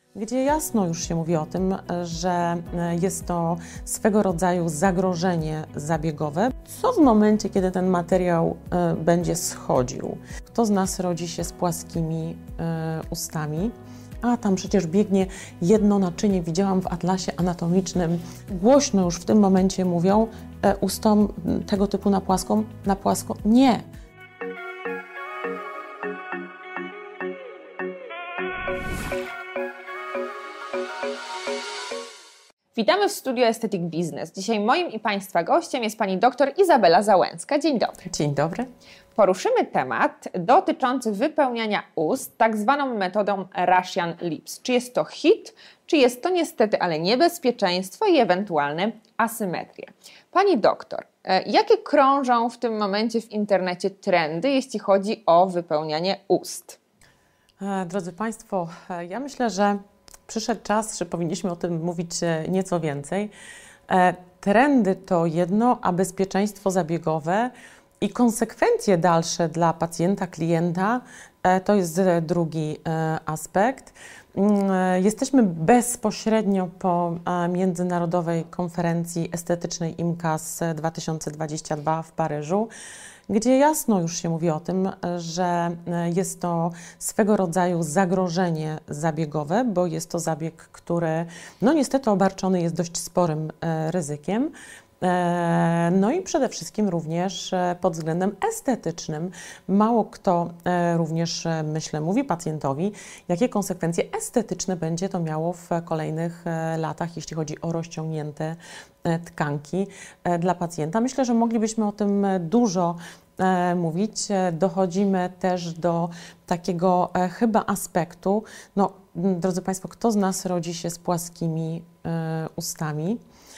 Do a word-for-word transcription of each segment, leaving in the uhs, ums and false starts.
gdzie jasno już się mówi o tym, że jest to swego rodzaju zagrożenie zabiegowe. Co w momencie, kiedy ten materiał będzie schodził? Kto z nas rodzi się z płaskimi ustami? A tam przecież biegnie jedno naczynie, widziałam w atlasie anatomicznym. Głośno już w tym momencie mówią ustom tego typu na płaską, na płasko nie. Witamy w studiu Aesthetic Business. Dzisiaj moim i Państwa gościem jest Pani dr Izabela Załęcka. Dzień dobry. Dzień dobry. Poruszymy temat dotyczący wypełniania ust tak zwaną metodą Russian Lips. Czy jest to hit, czy jest to niestety, ale niebezpieczeństwo i ewentualne asymetrie. Pani doktor, jakie krążą w tym momencie w internecie trendy, jeśli chodzi o wypełnianie ust? Drodzy Państwo, ja myślę, że przyszedł czas, że powinniśmy o tym mówić nieco więcej. Trendy to jedno, a bezpieczeństwo zabiegowe i konsekwencje dalsze dla pacjenta, klienta to jest drugi aspekt. Jesteśmy bezpośrednio po Międzynarodowej Konferencji Estetycznej I M K A S dwa tysiące dwudziesty drugi w Paryżu, gdzie jasno już się mówi o tym, że jest to swego rodzaju zagrożenie zabiegowe, bo jest to zabieg, który no niestety obarczony jest dość sporym ryzykiem. No i przede wszystkim również pod względem estetycznym. Mało kto również, myślę, mówi pacjentowi, jakie konsekwencje estetyczne będzie to miało w kolejnych latach, jeśli chodzi o rozciągnięte tkanki dla pacjenta. Myślę, że moglibyśmy o tym dużo mówić. Dochodzimy też do takiego chyba aspektu, no drodzy Państwo, kto z nas rodzi się z płaskimi ustami?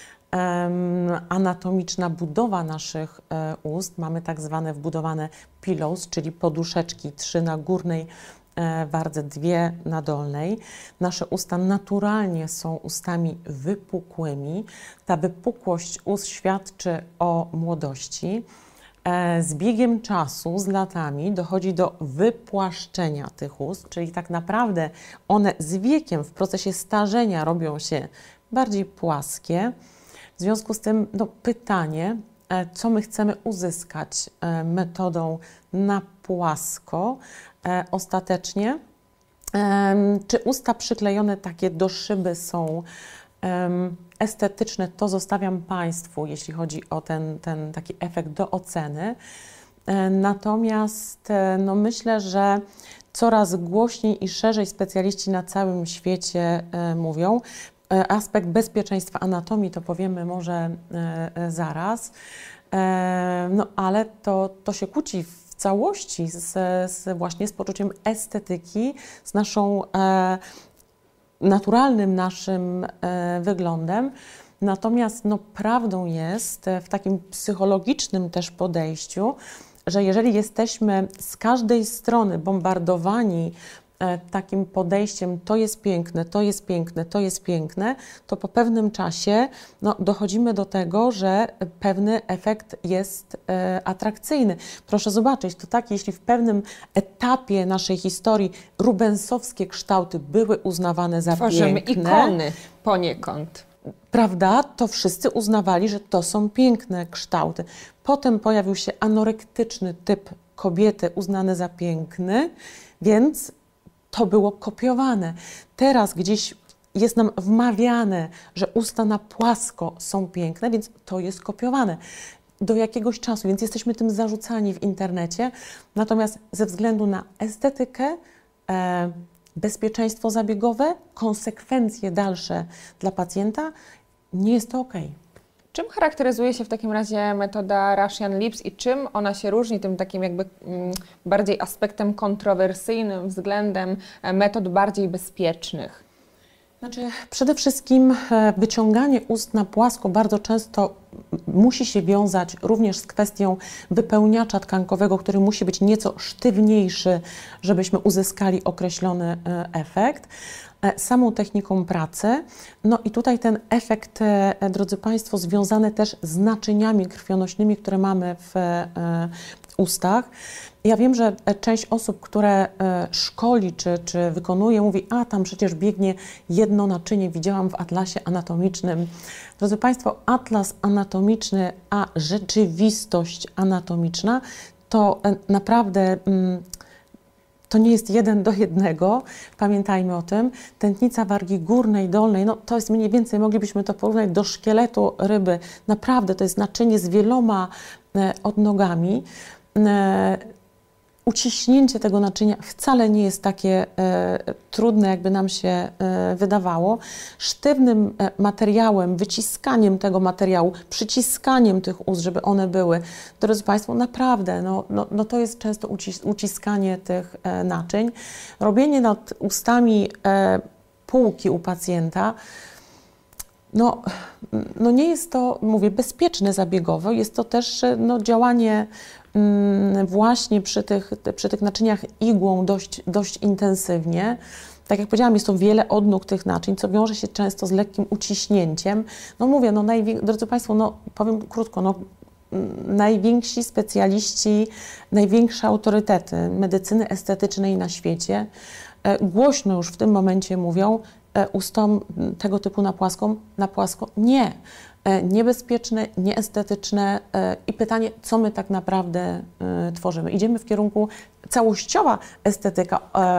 Anatomiczna budowa naszych ust. Mamy tak zwane wbudowane pillows, czyli poduszeczki, trzy na górnej wardze, dwie na dolnej. Nasze usta naturalnie są ustami wypukłymi. Ta wypukłość ust świadczy o młodości. Z biegiem czasu, z latami dochodzi do wypłaszczenia tych ust, czyli tak naprawdę one z wiekiem w procesie starzenia robią się bardziej płaskie. W związku z tym no, pytanie, co my chcemy uzyskać metodą na płasko ostatecznie? Czy usta przyklejone takie do szyby są estetyczne? To zostawiam Państwu, jeśli chodzi o ten, ten taki efekt do oceny. Natomiast no, myślę, że coraz głośniej i szerzej specjaliści na całym świecie mówią. Aspekt bezpieczeństwa anatomii to powiemy może e, zaraz, e, no ale to, to się kłóci w całości z, z właśnie z poczuciem estetyki, z naszą e, naturalnym naszym e, wyglądem. Natomiast no, prawdą jest w takim psychologicznym też podejściu, że jeżeli jesteśmy z każdej strony bombardowani takim podejściem, to jest piękne, to jest piękne, to jest piękne, to po pewnym czasie no, dochodzimy do tego, że pewny efekt jest e, atrakcyjny. Proszę zobaczyć, to tak, jeśli w pewnym etapie naszej historii rubensowskie kształty były uznawane za Tworzymy piękne. ikony poniekąd. Prawda? To wszyscy uznawali, że to są piękne kształty. Potem pojawił się anorektyczny typ kobiety uznany za piękny, więc to było kopiowane. Teraz gdzieś jest nam wmawiane, że usta na płasko są piękne, więc to jest kopiowane do jakiegoś czasu, więc jesteśmy tym zarzucani w internecie. Natomiast ze względu na estetykę, e, bezpieczeństwo zabiegowe, konsekwencje dalsze dla pacjenta, nie jest to ok. Czym charakteryzuje się w takim razie metoda Russian Lips i czym ona się różni tym takim jakby mm, bardziej aspektem kontrowersyjnym względem metod bardziej bezpiecznych? Znaczy, przede wszystkim wyciąganie ust na płasko bardzo często musi się wiązać również z kwestią wypełniacza tkankowego, który musi być nieco sztywniejszy, żebyśmy uzyskali określony efekt. samą techniką pracy. No i tutaj ten efekt, drodzy Państwo, związany też z naczyniami krwionośnymi, które mamy w ustach. Ja wiem, że część osób, które szkoli czy, czy wykonuje, mówi, a tam przecież biegnie jedno naczynie, widziałam w atlasie anatomicznym. Drodzy Państwo, atlas anatomiczny, a rzeczywistość anatomiczna to naprawdę to nie jest jeden do jednego, pamiętajmy o tym. Tętnica wargi górnej, dolnej, no to jest mniej więcej, moglibyśmy to porównać do szkieletu ryby. Naprawdę to jest naczynie z wieloma odnogami. Uciśnięcie tego naczynia wcale nie jest takie e, trudne, jakby nam się e, wydawało. Sztywnym e, materiałem, wyciskaniem tego materiału, przyciskaniem tych ust, żeby one były, drodzy Państwo, naprawdę, no, no, no to jest często ucis uciskanie tych e, naczyń. Robienie nad ustami e, półki u pacjenta, no, no nie jest to, mówię, bezpieczne zabiegowo, jest to też no, działanie właśnie przy tych, przy tych naczyniach igłą dość, dość intensywnie. Tak jak powiedziałam, jest to wiele odnóg tych naczyń, co wiąże się często z lekkim uciśnięciem. No mówię, no drodzy Państwo, no powiem krótko, no najwięksi specjaliści, największe autorytety medycyny estetycznej na świecie głośno już w tym momencie mówią, ustom tego typu na płaską, na płasko nie. Niebezpieczne, nieestetyczne i pytanie, co my tak naprawdę tworzymy. Idziemy w kierunku całościowa estetyka,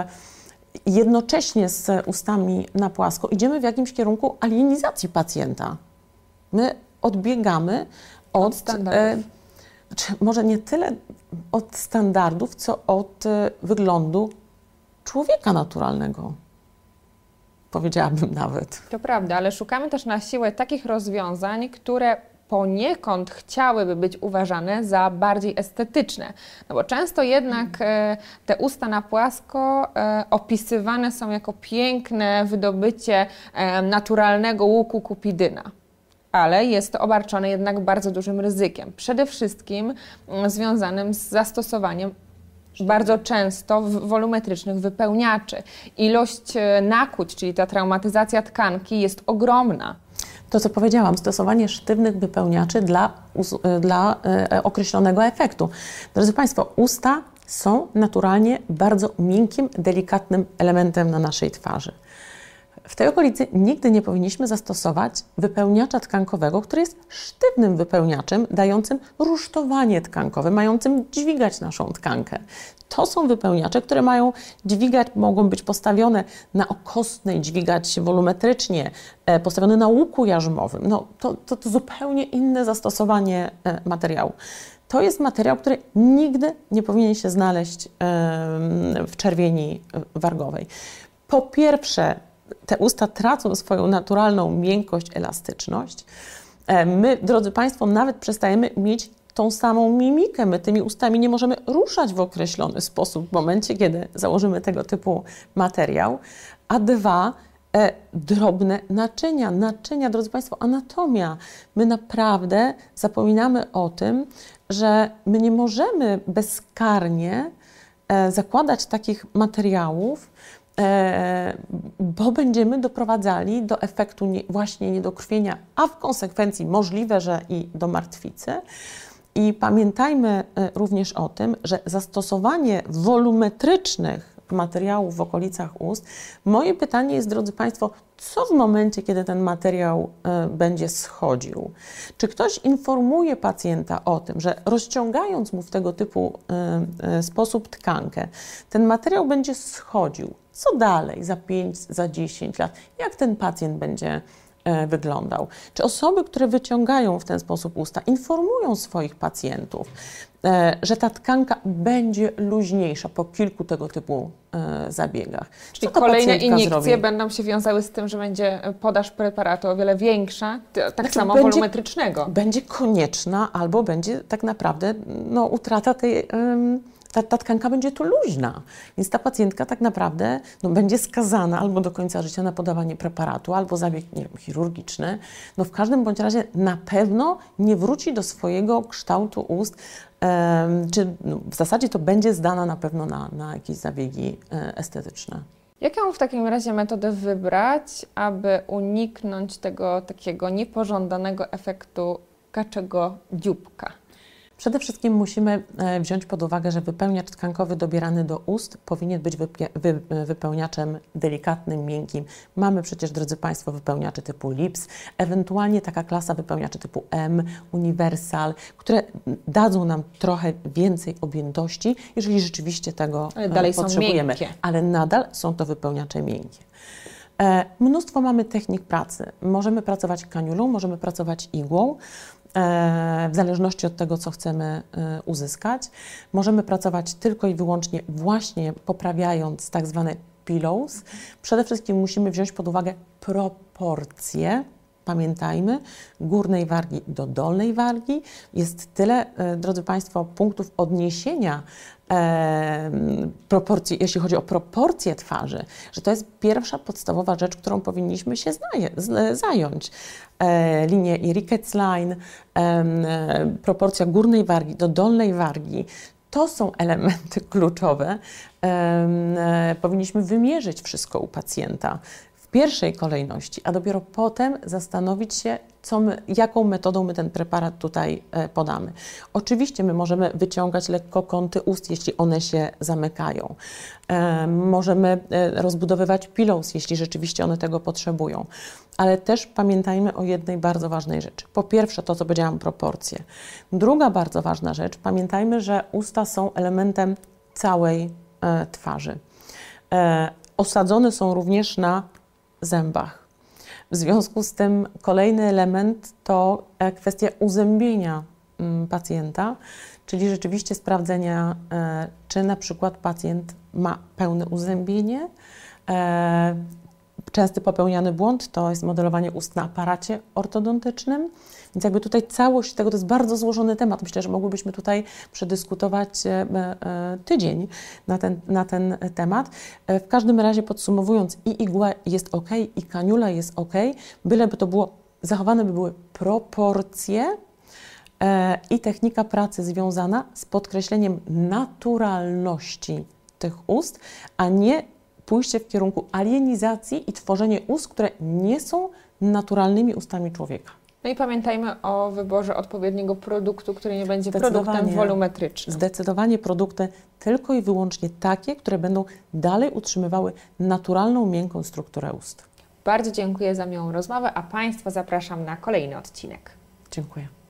jednocześnie z ustami na płasko, idziemy w jakimś kierunku alienizacji pacjenta. My odbiegamy od, od standardów. Znaczy może nie tyle od standardów, co od wyglądu człowieka naturalnego. Powiedziałabym nawet. To prawda, ale szukamy też na siłę takich rozwiązań, które poniekąd chciałyby być uważane za bardziej estetyczne. No bo często jednak e, te usta na płasko e, opisywane są jako piękne wydobycie e, naturalnego łuku kupidyna. Ale jest to obarczone jednak bardzo dużym ryzykiem. Przede wszystkim m, związanym z zastosowaniem bardzo często wolumetrycznych wypełniaczy. Ilość nakłuć, czyli ta traumatyzacja tkanki jest ogromna. To, co powiedziałam, stosowanie sztywnych wypełniaczy dla, dla e, określonego efektu. Drodzy Państwo, usta są naturalnie bardzo miękkim, delikatnym elementem na naszej twarzy. W tej okolicy nigdy nie powinniśmy zastosować wypełniacza tkankowego, który jest sztywnym wypełniaczem, dającym rusztowanie tkankowe, mającym dźwigać naszą tkankę. To są wypełniacze, które mają dźwigać, mogą być postawione na okostnej, dźwigać wolumetrycznie, e, postawione na łuku jarzmowym. No, to, to, to zupełnie inne zastosowanie e, materiału. To jest materiał, który nigdy nie powinien się znaleźć e, w czerwieni wargowej. Po pierwsze, te usta tracą swoją naturalną miękkość, elastyczność. My, drodzy Państwo, nawet przestajemy mieć tą samą mimikę. My tymi ustami nie możemy ruszać w określony sposób w momencie, kiedy założymy tego typu materiał. A dwa, e, drobne naczynia. Naczynia, drodzy Państwo, anatomia. My naprawdę zapominamy o tym, że my nie możemy bezkarnie e, zakładać takich materiałów, E, bo będziemy doprowadzali do efektu nie, właśnie niedokrwienia, a w konsekwencji możliwe, że i do martwicy. I pamiętajmy również o tym, że zastosowanie wolumetrycznych materiałów w okolicach ust, moje pytanie jest, drodzy Państwo, co w momencie, kiedy ten materiał y, będzie schodził? Czy ktoś informuje pacjenta o tym, że rozciągając mu w tego typu y, y, sposób tkankę, ten materiał będzie schodził? Co dalej za pięć, za dziesięć lat? Jak ten pacjent będzie y, wyglądał? Czy osoby, które wyciągają w ten sposób usta, informują swoich pacjentów, y, że ta tkanka będzie luźniejsza po kilku tego typu y, zabiegach? Czyli kolejne iniekcje zrobi? będą się wiązały z tym, że będzie podaż preparatu o wiele większa, tak znaczy, samo będzie, wolumetrycznego. Będzie konieczna albo będzie tak naprawdę no, utrata tej... Y, Ta, ta tkanka będzie tu luźna, więc ta pacjentka tak naprawdę no, będzie skazana albo do końca życia na podawanie preparatu, albo zabieg nie wiem, chirurgiczny. No, w każdym bądź razie na pewno nie wróci do swojego kształtu ust, um, czy no, w zasadzie to będzie zdana na pewno na, na jakieś zabiegi e, estetyczne. Jaką w takim razie metodę wybrać, aby uniknąć tego takiego niepożądanego efektu kaczego dzióbka? Przede wszystkim musimy wziąć pod uwagę, że wypełniacz tkankowy dobierany do ust powinien być wy wypełniaczem delikatnym, miękkim. Mamy przecież, drodzy Państwo, wypełniacze typu Lips, ewentualnie taka klasa wypełniaczy typu M, Universal, które dadzą nam trochę więcej objętości, jeżeli rzeczywiście tego Ale dalej potrzebujemy. Są miękkie. Ale nadal są to wypełniacze miękkie. E, mnóstwo mamy technik pracy. Możemy pracować kaniulą, możemy pracować igłą, w zależności od tego, co chcemy uzyskać. Możemy pracować tylko i wyłącznie właśnie poprawiając tak zwane pillows. Przede wszystkim musimy wziąć pod uwagę proporcje. Pamiętajmy, górnej wargi do dolnej wargi. Jest tyle, drodzy Państwo, punktów odniesienia e, proporcji, jeśli chodzi o proporcje twarzy, że to jest pierwsza podstawowa rzecz, którą powinniśmy się znaje, z, zająć. E, linie Ricketts line, e, proporcja górnej wargi do dolnej wargi, to są elementy kluczowe. E, e, powinniśmy wymierzyć wszystko u pacjenta w pierwszej kolejności, a dopiero potem zastanowić się, co my, jaką metodą my ten preparat tutaj e, podamy. Oczywiście my możemy wyciągać lekko kąty ust, jeśli one się zamykają. E, możemy e, rozbudowywać pillows, jeśli rzeczywiście one tego potrzebują. Ale też pamiętajmy o jednej bardzo ważnej rzeczy. Po pierwsze, to co powiedziałam, proporcje. Druga bardzo ważna rzecz, pamiętajmy, że usta są elementem całej e, twarzy. E, osadzone są również na zębach. W związku z tym kolejny element to kwestia uzębienia pacjenta, czyli rzeczywiście sprawdzenia, czy na przykład pacjent ma pełne uzębienie. Częsty popełniany błąd to jest modelowanie ust na aparacie ortodontycznym, więc jakby tutaj całość tego to jest bardzo złożony temat. Myślę, że mogłybyśmy tutaj przedyskutować tydzień na ten, na ten temat. W każdym razie podsumowując, i igła jest ok, i kaniula jest ok, byleby to było, zachowane by były proporcje i technika pracy związana z podkreśleniem naturalności tych ust, a nie pójście w kierunku alienizacji i tworzenie ust, które nie są naturalnymi ustami człowieka. No i pamiętajmy o wyborze odpowiedniego produktu, który nie będzie produktem wolumetrycznym. Zdecydowanie produkty tylko i wyłącznie takie, które będą dalej utrzymywały naturalną, miękką strukturę ust. Bardzo dziękuję za miłą rozmowę, a Państwa zapraszam na kolejny odcinek. Dziękuję.